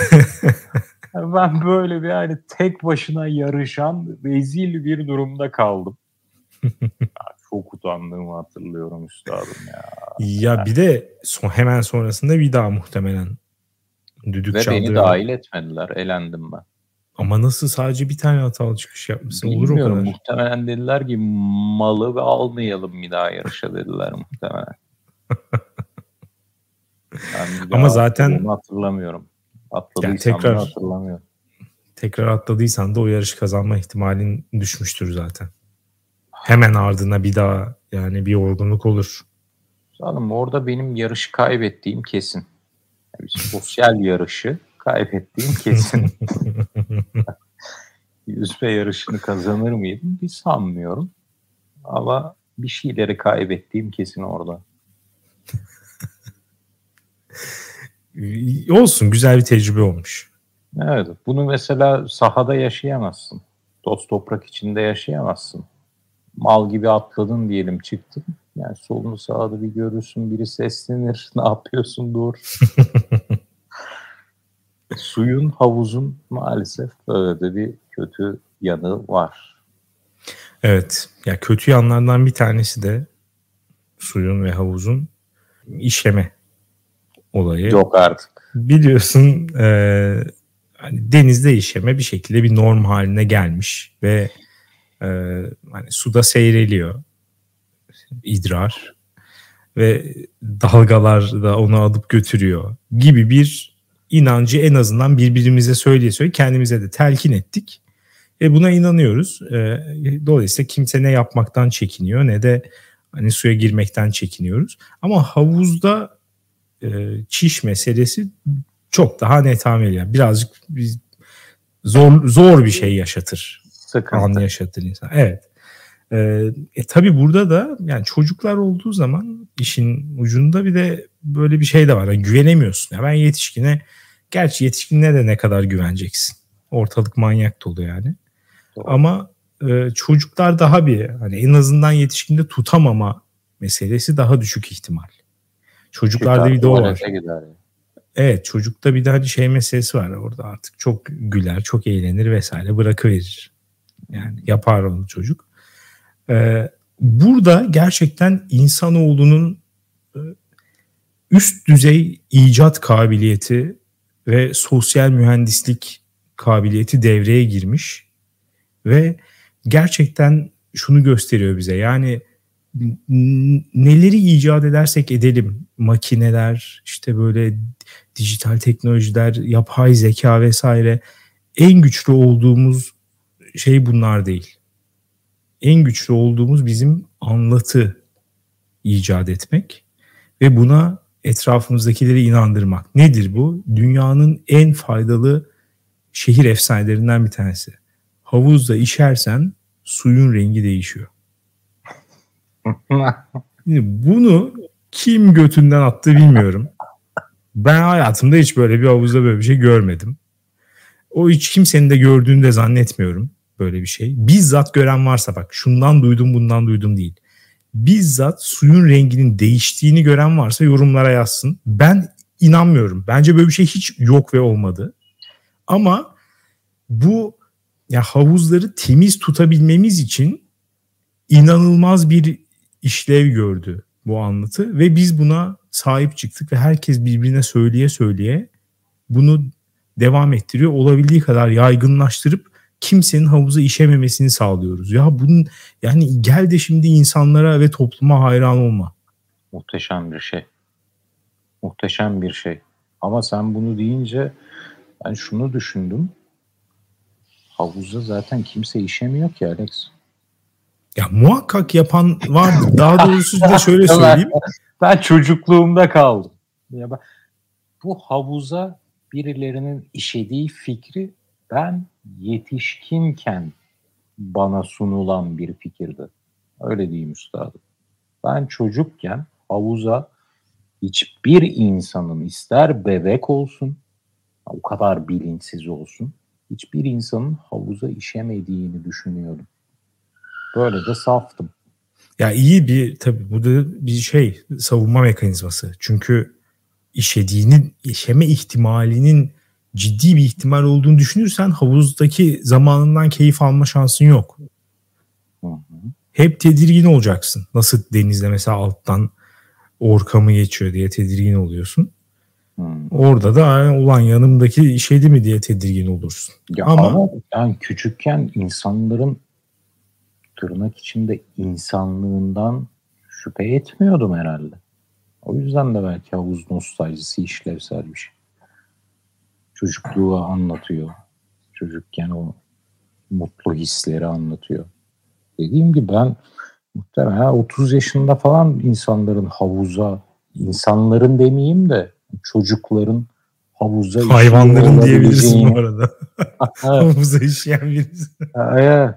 Speaker 2: Ben böyle bir yani tek başına yarışan rezil bir durumda kaldım. Ya çok utandığımı hatırlıyorum üstadım ya.
Speaker 1: Ya bir de son, hemen sonrasında bir daha muhtemelen düdük
Speaker 2: ve
Speaker 1: çaldı.
Speaker 2: Ve beni dahil etmediler. Elendim ben.
Speaker 1: Ama nasıl sadece bir tane hatalı çıkış yapmışsın?
Speaker 2: Bilmiyorum,
Speaker 1: olur o kadar.
Speaker 2: Muhtemelen dediler ki malı ve almayalım bir daha yarışa dediler muhtemelen.
Speaker 1: Ama zaten
Speaker 2: hatırlamıyorum. Atladıysam yani tekrar, hatırlamıyorum.
Speaker 1: Tekrar atladıysan da o yarışı kazanma ihtimalin düşmüştür zaten. Hemen ardına bir daha yani bir yorgunluk olur.
Speaker 2: Canım orada benim yarışı kaybettiğim kesin. Yani sosyal yarışı kaybettiğim kesin. Yüzme yarışını kazanır mıydım? Bir sanmıyorum. Ama bir şeyleri kaybettiğim kesin orada.
Speaker 1: Olsun, güzel bir tecrübe olmuş.
Speaker 2: Evet, bunu mesela sahada yaşayamazsın. Toz toprak içinde yaşayamazsın. Mal gibi atladın diyelim, çıktın. Yani solunu sağda bir görürsün, biri seslenir. Ne yapıyorsun, dur. Suyun, havuzun maalesef böyle de bir kötü yanı var.
Speaker 1: Evet, ya kötü yanlardan bir tanesi de suyun ve havuzun işeme olayı.
Speaker 2: Yok artık.
Speaker 1: Biliyorsun e, hani denizde işeme bir şekilde bir norm haline gelmiş ve e, hani suda seyreliyor idrar ve dalgalar da onu alıp götürüyor gibi bir inancı en azından birbirimize söyleye söyleye kendimize de telkin ettik. E buna inanıyoruz. E, dolayısıyla kimse ne yapmaktan çekiniyor ne de hani suya girmekten çekiniyoruz. Ama havuzda e, çiş meselesi çok daha net hamile. Birazcık biz, zor zor bir şey yaşatır.
Speaker 2: Sıkıntı.
Speaker 1: An yaşatır insan. Evet. E, e, tabii burada da yani çocuklar olduğu zaman işin ucunda bir de böyle bir şey de var. Yani güvenemiyorsun. Ya ben yetişkine, gerçi yetişkine de ne kadar güveneceksin? Ortalık manyak dolu yani.
Speaker 2: Doğru.
Speaker 1: Ama e, çocuklar daha bir hani en azından yetişkinde tutamama meselesi daha düşük ihtimal. Çocuklarda
Speaker 2: Çıkar,
Speaker 1: bir de o var.
Speaker 2: gider.
Speaker 1: Evet, çocukta bir de hani şey meselesi var orada, artık çok güler, çok eğlenir vesaire, bırakıverir. Yani yapar onu çocuk. Ee, burada gerçekten insanoğlunun e, üst düzey icat kabiliyeti ve sosyal mühendislik kabiliyeti devreye girmiş ve gerçekten şunu gösteriyor bize. Yani neleri icat edersek edelim, makineler, işte böyle dijital teknolojiler, yapay zeka vesaire, en güçlü olduğumuz şey bunlar değil. En güçlü olduğumuz bizim anlatı icat etmek ve buna etrafımızdakileri inandırmak. Nedir bu? Dünyanın en faydalı şehir efsanelerinden bir tanesi. Havuzda işersen suyun rengi değişiyor. Şimdi bunu kim götünden attı bilmiyorum. Ben hayatımda hiç böyle bir havuzda böyle bir şey görmedim. O hiç kimsenin de gördüğünü de zannetmiyorum böyle bir şey. Bizzat gören varsa, bak şundan duydum bundan duydum değil. Bizzat suyun renginin değiştiğini gören varsa yorumlara yazsın. Ben inanmıyorum. Bence böyle bir şey hiç yok ve olmadı. Ama bu ya havuzları temiz tutabilmemiz için inanılmaz bir işlev gördü bu anlatı ve biz buna sahip çıktık ve herkes birbirine söyleye söyleye bunu devam ettiriyor. Olabildiği kadar yaygınlaştırıp kimsenin havuza işememesini sağlıyoruz. Ya bunun yani gel de şimdi insanlara ve topluma hayran olma.
Speaker 2: Muhteşem bir şey. Muhteşem bir şey. Ama sen bunu deyince ben şunu düşündüm. Havuzda zaten kimse işemiyor ki Alex.
Speaker 1: Ya muhakkak yapan vardır. Daha doğrusu da şöyle söyleyeyim.
Speaker 2: Ben çocukluğumda kaldım. Ya ben, bu havuza birilerinin işediği fikri ben yetişkinken bana sunulan bir fikirdi. Öyle diyeyim üstadım. Ben çocukken havuza hiçbir insanın, ister bebek olsun, o kadar bilinçsiz olsun, hiçbir insanın havuza işemediğini düşünüyordum. Böyle de saftım.
Speaker 1: Ya iyi bir, tabii bu da bir şey, savunma mekanizması. Çünkü işediğinin, işeme ihtimalinin ciddi bir ihtimal olduğunu düşünürsen havuzdaki zamanından keyif alma şansın yok.
Speaker 2: Hı hı.
Speaker 1: Hep tedirgin olacaksın. Nasıl denizde mesela alttan orka mı geçiyor diye tedirgin oluyorsun. Hmm. Orada da ulan yanımdaki işedi mi diye tedirgin olursun.
Speaker 2: Ya ama, ama yani küçükken insanların tırnak içinde insanlığından şüphe etmiyordum herhalde. O yüzden de belki havuz nostaljisi işlevsel bir şey. Çocukluğu anlatıyor. Çocukken o mutlu hisleri anlatıyor. Dediğim gibi ben muhtemelen otuz yaşında falan insanların havuza, insanların demeyeyim de çocukların havuza
Speaker 1: hayvanların diyebilirsin bu arada. Havuza işeyen birisi.
Speaker 2: Evet.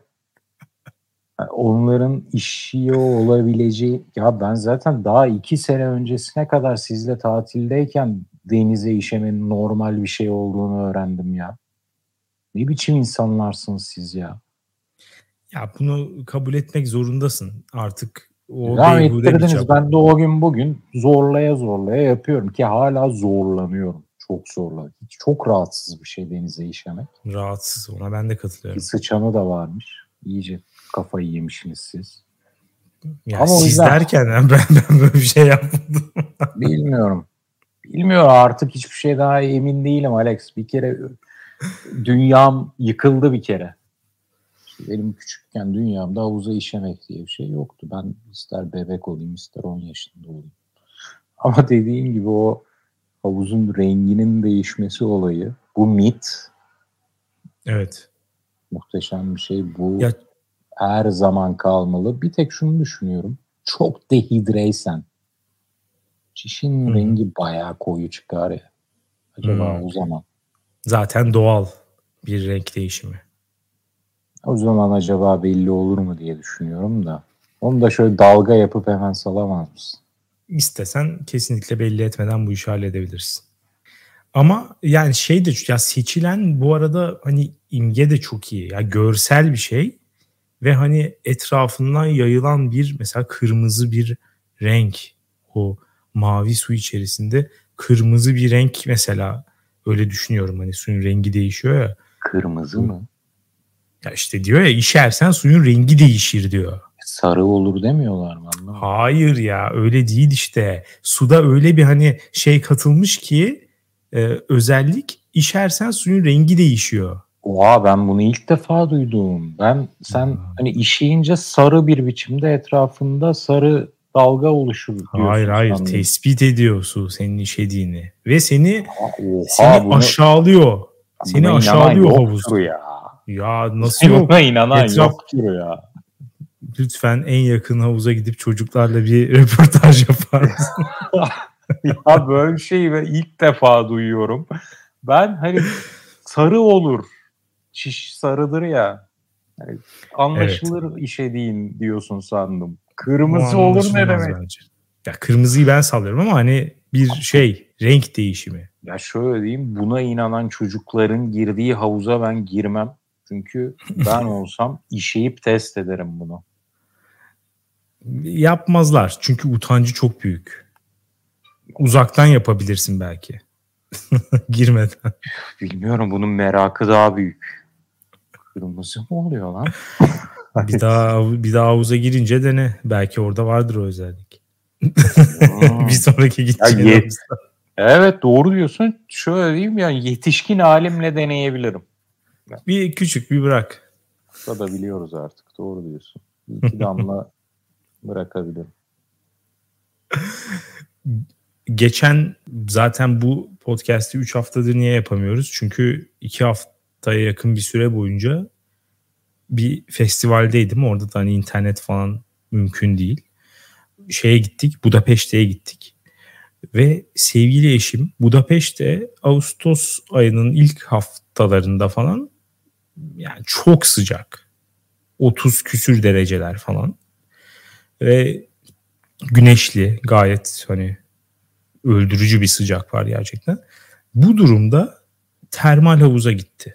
Speaker 2: Onların işiyor olabileceği, ya ben zaten daha iki sene öncesine kadar sizle tatildeyken denize işemenin normal bir şey olduğunu öğrendim ya. Ne biçim insanlarsınız siz ya?
Speaker 1: Ya bunu kabul etmek zorundasın artık. O
Speaker 2: ya ettirdiniz. Ben de o gün bugün zorlaya zorlaya yapıyorum ki hala zorlanıyorum. Çok zorlanıyorum. Çok rahatsız bir şey denize işemek.
Speaker 1: Rahatsız, ona ben de katılıyorum.
Speaker 2: Bir sıçanı da varmış. İyice kafayı yemişsiniz siz.
Speaker 1: Ya ama siz yüzden... derken ben, ben böyle bir şey yapmadım.
Speaker 2: Bilmiyorum. Bilmiyorum, artık hiçbir şey daha emin değilim Alex. Bir kere dünyam yıkıldı bir kere. Benim küçükken dünyamda havuza işemek diye bir şey yoktu. Ben ister bebek olayım ister on yaşında olayım. Ama dediğim gibi o havuzun renginin değişmesi olayı, bu mit.
Speaker 1: Evet.
Speaker 2: muhteşem bir şey. Bu
Speaker 1: Ya,
Speaker 2: her zaman kalmalı. Bir tek şunu düşünüyorum. Çok dehidreysen çişin
Speaker 1: Hı hı.
Speaker 2: rengi bayağı koyu çıkar ya. Acaba
Speaker 1: Hmm.
Speaker 2: o zaman.
Speaker 1: Zaten doğal bir renk değişimi.
Speaker 2: O zaman acaba belli olur mu diye düşünüyorum da. Onu da şöyle dalga yapıp hemen salamaz mısın?
Speaker 1: İstesen kesinlikle belli etmeden bu işi halledebilirsin. Ama yani şey de ya seçilen bu arada hani imge de çok iyi. Ya görsel bir şey ve hani etrafından yayılan bir mesela kırmızı bir renk. O mavi su içerisinde kırmızı bir renk mesela öyle düşünüyorum hani suyun rengi değişiyor ya.
Speaker 2: Kırmızı mı?
Speaker 1: Ya işte diyor ya içersen suyun rengi değişir diyor.
Speaker 2: Sarı olur demiyorlar mı? Anlamadım.
Speaker 1: Hayır ya öyle değil işte. Suda öyle bir hani şey katılmış ki e, özellik içersen suyun rengi değişiyor.
Speaker 2: Oha ben bunu ilk defa duydum. Ben sen
Speaker 1: Hmm.
Speaker 2: hani işeyince sarı bir biçimde etrafında sarı dalga oluşur diyorsun.
Speaker 1: Hayır hayır
Speaker 2: sandım.
Speaker 1: tespit ediyor su senin işediğini ve seni
Speaker 2: Oha,
Speaker 1: seni
Speaker 2: bunu,
Speaker 1: aşağılıyor. Seni
Speaker 2: buna
Speaker 1: aşağılıyor
Speaker 2: inanan
Speaker 1: havuz.
Speaker 2: yoktur ya.
Speaker 1: Ya nasıl yok?
Speaker 2: Buna inanan
Speaker 1: Etraf
Speaker 2: yoktur ya.
Speaker 1: lütfen en yakın havuza gidip çocuklarla bir röportaj yapar mısın?
Speaker 2: Ya böyle bir şeyi ben ilk defa duyuyorum. Ben hani sarı olur. Şiş sarıdır ya. Yani anlaşılır evet. işediğin diyorsun sandım. Kırmızı olur ne demek?
Speaker 1: Bence. Ya kırmızıyı ben sallıyorum ama hani bir şey renk değişimi.
Speaker 2: Ya şöyle diyeyim, buna inanan çocukların girdiği havuza ben girmem. Çünkü ben olsam işeyip test ederim bunu.
Speaker 1: Yapmazlar. Çünkü utancı çok büyük. Uzaktan yapabilirsin belki. Girmeden.
Speaker 2: Bilmiyorum, bunun merakı daha büyük. Kırmızı mı oluyor lan?
Speaker 1: bir daha bir daha havuza girince dene. Belki orada vardır o özellik.
Speaker 2: Hmm.
Speaker 1: bir sonraki gideceğin
Speaker 2: ya
Speaker 1: havuzda.
Speaker 2: Evet doğru diyorsun. Şöyle diyeyim, yani yetişkin halimle deneyebilirim.
Speaker 1: Bir küçük bir bırak.
Speaker 2: Bu da biliyoruz artık. Doğru diyorsun. İki damla bırakabilirim.
Speaker 1: Geçen zaten bu podcast'i üç haftadır niye yapamıyoruz? Çünkü iki haftaya yakın bir süre boyunca bir festivaldeydim. Orada da hani internet falan mümkün değil. Şeye gittik, Budapeşte'ye gittik. Ve sevgili eşim Budapeşte Ağustos ayının ilk haftalarında falan yani çok sıcak. otuz küsür dereceler falan. Ve güneşli, gayet hani öldürücü bir sıcak var gerçekten. Bu durumda termal havuza gitti.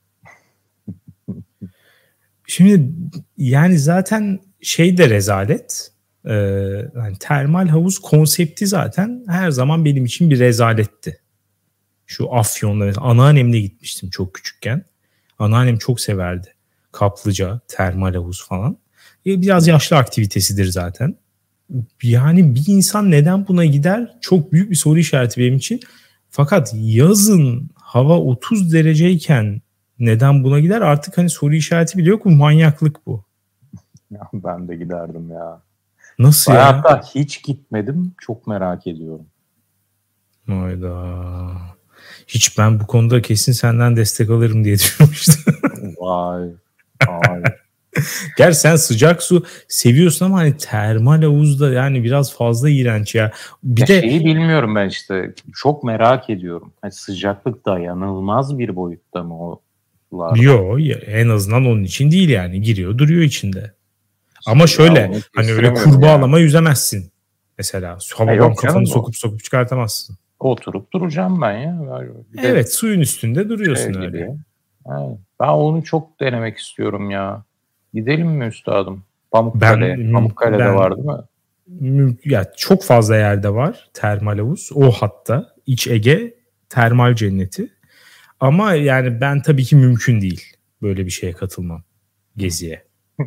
Speaker 1: Şimdi yani zaten şey de rezalet. Ee, yani termal havuz konsepti zaten her zaman benim için bir rezaletti. Şu Afyon'da mesela anneannemle gitmiştim çok küçükken. Anneannem çok severdi. Kaplıca, termal havuz falan. Biraz yaşlı aktivitesidir zaten. Yani bir insan neden buna gider? Çok büyük bir soru işareti benim için. Fakat yazın hava otuz dereceyken neden buna gider? Artık hani soru işareti bile yok. Bu manyaklık bu.
Speaker 2: Ya ben de giderdim ya.
Speaker 1: Nasıl
Speaker 2: ben
Speaker 1: ya?
Speaker 2: Hatta hiç gitmedim. Çok merak ediyorum.
Speaker 1: Hayda. Hiç ben bu konuda kesin senden destek alırım diye düşünmüştüm.
Speaker 2: Vay. Vay.
Speaker 1: Gerçi sen sıcak su seviyorsun ama hani termal havuzda yani biraz fazla iğrenç ya. Bir
Speaker 2: ya
Speaker 1: de
Speaker 2: şeyi bilmiyorum ben işte. Çok merak ediyorum. Hani sıcaklık dayanılmaz bir boyutta mı o?
Speaker 1: Yok en azından onun için değil yani. Giriyor duruyor içinde. İşte ama şöyle hani öyle kurbağalama yüzemezsin. Mesela havadan kafanı sokup o. sokup çıkartamazsın.
Speaker 2: Oturup duracağım ben ya.
Speaker 1: Bir evet suyun üstünde duruyorsun şey öyle.
Speaker 2: Evet. Ben onu çok denemek istiyorum ya. Gidelim mi üstadım? Pamukkale. Ben, Pamukkale'de ben, var değil mi?
Speaker 1: Ya çok fazla yerde var termal havuz. O hatta İç Ege termal cenneti. Ama yani ben tabii ki mümkün değil böyle bir şeye katılmam geziye.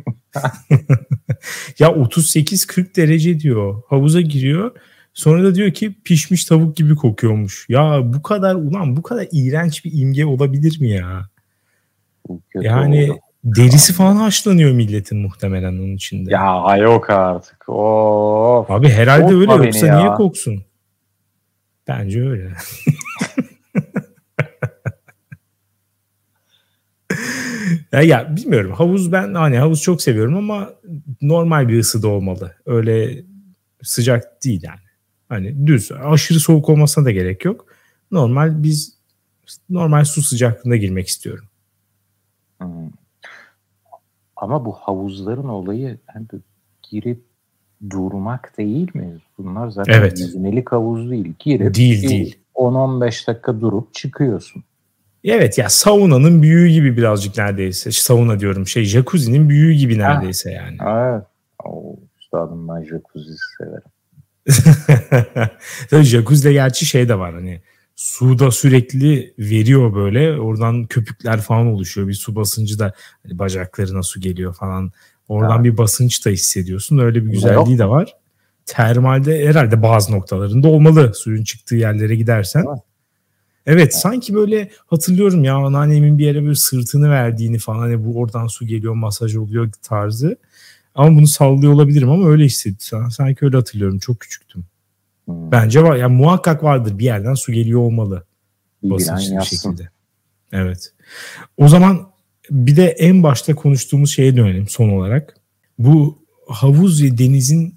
Speaker 1: ya otuz sekiz kırk derece diyor. Havuza giriyor. Sonra da diyor ki pişmiş tavuk gibi kokuyormuş. Ya bu kadar ulan bu kadar iğrenç bir imge olabilir mi ya? Yani oldu. Derisi falan haşlanıyor milletin muhtemelen onun içinde.
Speaker 2: Ya yok artık. Of.
Speaker 1: Abi herhalde öyle yoksa niye koksun? Bence öyle. Ya, ya bilmiyorum. Havuz ben hani havuz çok seviyorum ama normal bir ısıda olmalı. Öyle sıcak değil yani. Hani düz. Aşırı soğuk olmasına da gerek yok. Normal biz normal su sıcaklığında girmek istiyorum.
Speaker 2: Hmm. Ama bu havuzların olayı hani girip durmak değil mi? Bunlar zaten
Speaker 1: Evet.
Speaker 2: yüzmelik havuz değil. Girip
Speaker 1: Değil değil.
Speaker 2: on on beş dakika durup çıkıyorsun.
Speaker 1: Evet ya saunanın büyüğü gibi birazcık neredeyse. Sauna diyorum şey jacuzzi'nin büyüğü gibi neredeyse yani.
Speaker 2: Evet. Oo, üstadım ben jacuzzi severim.
Speaker 1: Tabii jacuzzi'de gerçi şey de var hani suda sürekli veriyor böyle oradan köpükler falan oluşuyor. Bir su basıncı da hani bacaklarına su geliyor falan. Oradan ha. bir basınç da hissediyorsun. Öyle bir güzelliği de var. Termalde herhalde bazı noktalarında olmalı suyun çıktığı yerlere gidersen. Evet. Evet sanki böyle hatırlıyorum ya anneannemin bir yere böyle sırtını verdiğini falan hani bu oradan su geliyor masaj oluyor tarzı. Ama bunu sallıyor olabilirim ama öyle hissettim. Sanki öyle hatırlıyorum. Çok küçüktüm. Hmm. Bence var. Yani muhakkak vardır bir yerden su geliyor olmalı.
Speaker 2: Bir basınçlı bir şekilde.
Speaker 1: Evet. O zaman bir de en başta konuştuğumuz şeye dönelim son olarak. Bu havuz ve denizin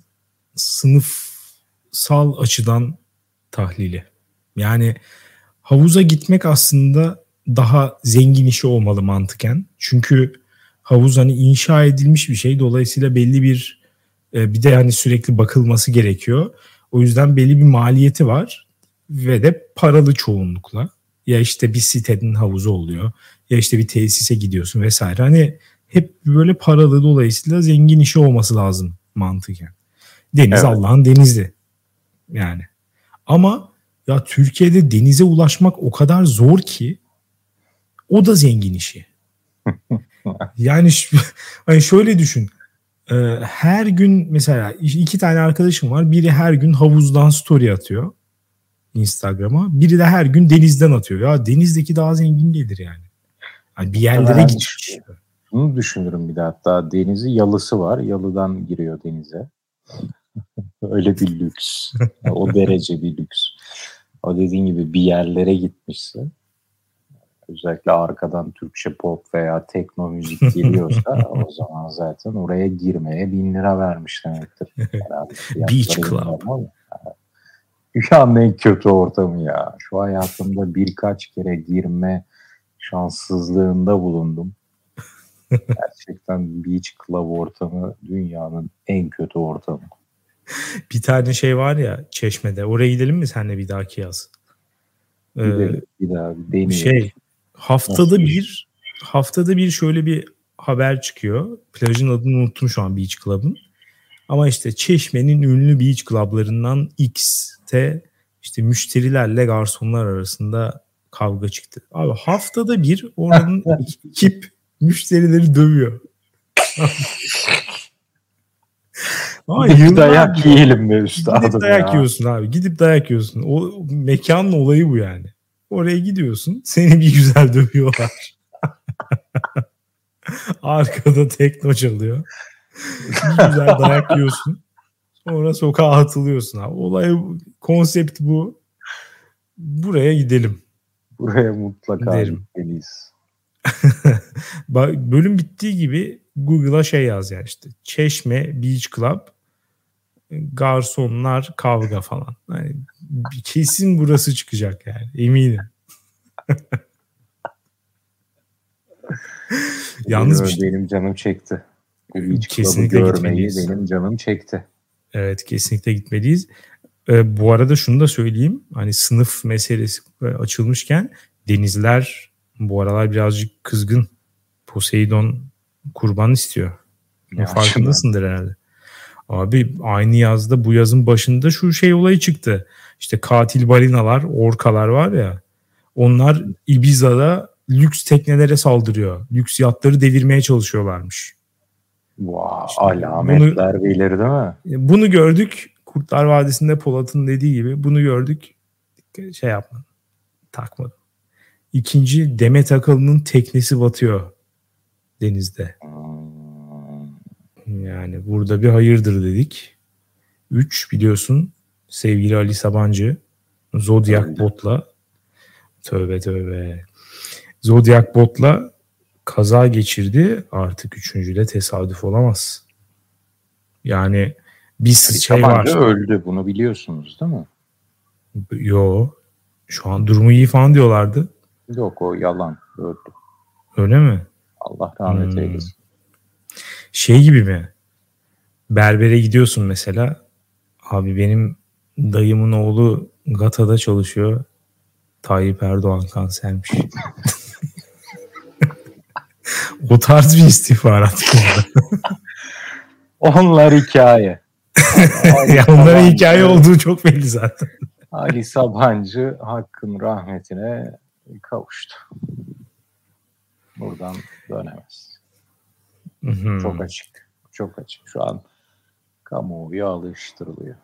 Speaker 1: sınıfsal açıdan tahlili. Yani havuza gitmek aslında daha zengin işi olmalı mantıken. Çünkü havuz hani inşa edilmiş bir şey. Dolayısıyla belli bir bir de hani sürekli bakılması gerekiyor. O yüzden belli bir maliyeti var ve de paralı çoğunlukla. Ya işte bir sitenin havuzu oluyor ya işte bir tesise gidiyorsun vesaire. Hani hep böyle paralı dolayısıyla zengin işi olması lazım mantıken. Deniz evet. Allah'ın denizi yani. Ama ya Türkiye'de denize ulaşmak o kadar zor ki o da zengin işi. Yani hani şöyle düşün. Her gün mesela iki tane arkadaşım var. Biri her gün havuzdan story atıyor Instagram'a. Biri de her gün denizden atıyor. Ya denizdeki daha zengin gelir yani. Yani bir yerlere ben gitmiş.
Speaker 2: Bunu düşünürüm bir de hatta denizi yalısı var. Yalıdan giriyor denize. Öyle bir lüks. O derece bir lüks. O dediğin gibi bir yerlere gitmişse özellikle arkadan Türkçe pop veya tekno müzik geliyorsa o zaman zaten oraya girmeye bin lira vermiş demektir.
Speaker 1: Beach Club.
Speaker 2: Dünyanın en kötü ortamı ya. Şu hayatımda birkaç kere girme şanssızlığında bulundum. Gerçekten Beach Club ortamı dünyanın en kötü ortamı.
Speaker 1: Bir tane şey var ya Çeşme'de. Oraya gidelim mi senle bir dahaki yaz?
Speaker 2: Ee, gidelim bir daha. Deneyelim.
Speaker 1: Şey haftada bir haftada bir şöyle bir haber çıkıyor. Plajın adını unuttum şu an Beach Club'ın. Ama işte Çeşme'nin ünlü beach club'larından X'te işte müşterilerle garsonlar arasında kavga çıktı. Abi haftada bir oranın ekip müşterileri dövüyor.
Speaker 2: Gidip dayak yiyelim be üstadım.
Speaker 1: Gidip dayak ya. yiyorsun abi. Gidip dayak yiyorsun. O mekanın olayı bu yani. Oraya gidiyorsun. Seni bir güzel dövüyorlar. Arkada tekno çalıyor. Bir güzel dayak yiyorsun. Sonra sokağa atılıyorsun abi. Olay konsept bu. Buraya gidelim.
Speaker 2: Buraya mutlaka gitmeliyiz.
Speaker 1: Bölüm bittiği gibi Google'a şey yaz yani işte. Çeşme Beach Club garsonlar kavga falan. Yani kesin burası çıkacak yani. Eminim.
Speaker 2: Yalnız benim, şey. benim canım çekti. Bu Beach Club'ı görmeyi benim canım çekti.
Speaker 1: Evet kesinlikle gitmeliyiz. Ee, bu arada şunu da söyleyeyim. Hani sınıf meselesi açılmışken denizler bu aralar birazcık kızgın. Poseidon kurban istiyor. Ya farkındasındır herhalde. Abi aynı yazda bu yazın başında şu şey olayı çıktı. İşte katil balinalar, orkalar var ya. Onlar Ibiza'da lüks teknelere saldırıyor. Lüks yatları devirmeye çalışıyorlarmış.
Speaker 2: Wow, işte alametler bunu, beyleri değil mi?
Speaker 1: Bunu gördük. Kurtlar Vadisi'nde Polat'ın dediği gibi bunu gördük. Şey yapmadım. Takmadım. İkinci Demet Akalın'ın teknesi batıyor denizde. Yani burada bir hayırdır dedik. Üç biliyorsun sevgili Ali Sabancı Zodiac botla tövbe tövbe Zodiac botla kaza geçirdi. Artık üçüncü de tesadüf olamaz. Yani bir
Speaker 2: Ali
Speaker 1: şey var.
Speaker 2: Sabancı öldü. Bunu biliyorsunuz değil mi?
Speaker 1: Yo. Şu an durumu iyi falan diyorlardı.
Speaker 2: Yok, o yalan. Öldü.
Speaker 1: Öyle mi?
Speaker 2: Allah rahmet
Speaker 1: Hmm.
Speaker 2: eylesin.
Speaker 1: Şey gibi mi? Berbere gidiyorsun mesela. Abi benim dayımın oğlu Gata'da çalışıyor. Tayyip Erdoğan kansermiş. O tarz bir istihbarat.
Speaker 2: Onlar hikaye.
Speaker 1: Ya onların hikaye olduğu çok belli zaten.
Speaker 2: Ali Sabancı Hakk'ın rahmetine kavuştu. Buradan dönemez.
Speaker 1: Hı-hı.
Speaker 2: Çok açık. Çok açık. Şu an kamuoyu alıştırılıyor.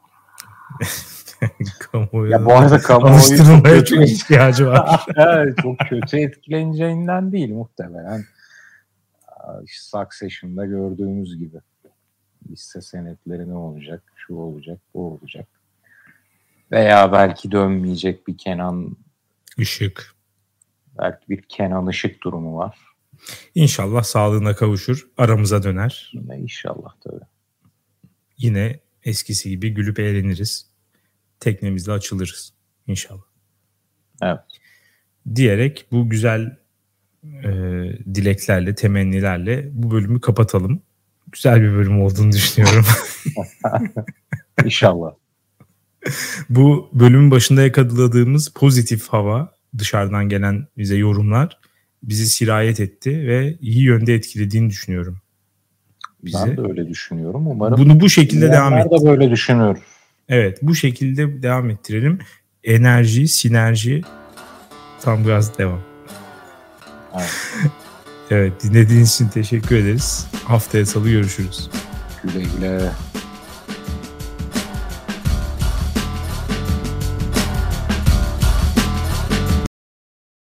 Speaker 1: Kamuoyu
Speaker 2: ya bu arada kamuoyu
Speaker 1: alıştırılmaya çok ihtiyacı var.
Speaker 2: Evet, çok kötü etkileneceğinden değil muhtemelen. Succession'da gördüğümüz gibi. Hisse senetleri ne olacak, şu olacak, bu olacak. Veya belki dönmeyecek bir Kenan
Speaker 1: Işık.
Speaker 2: Belki bir Kenan Işık durumu var.
Speaker 1: İnşallah sağlığına kavuşur, aramıza döner.
Speaker 2: Yine inşallah tabii.
Speaker 1: Yine eskisi gibi gülüp eğleniriz. Teknemizle açılırız inşallah.
Speaker 2: Evet.
Speaker 1: Diyerek bu güzel e, dileklerle, temennilerle bu bölümü kapatalım. Güzel bir bölüm olduğunu düşünüyorum.
Speaker 2: İnşallah.
Speaker 1: Bu bölümün başında yakaladığımız pozitif hava, dışarıdan gelen bize yorumlar bizi sirayet etti ve iyi yönde etkilediğini düşünüyorum. Bize.
Speaker 2: Ben de öyle düşünüyorum. Umarım
Speaker 1: bunu bu şekilde devam et.
Speaker 2: da böyle düşünüyor.
Speaker 1: Evet, bu şekilde devam ettirelim. Enerji, sinerji tam gaz devam.
Speaker 2: Evet.
Speaker 1: Evet, dinlediğiniz için teşekkür ederiz. Haftaya salı görüşürüz.
Speaker 2: Güle güle.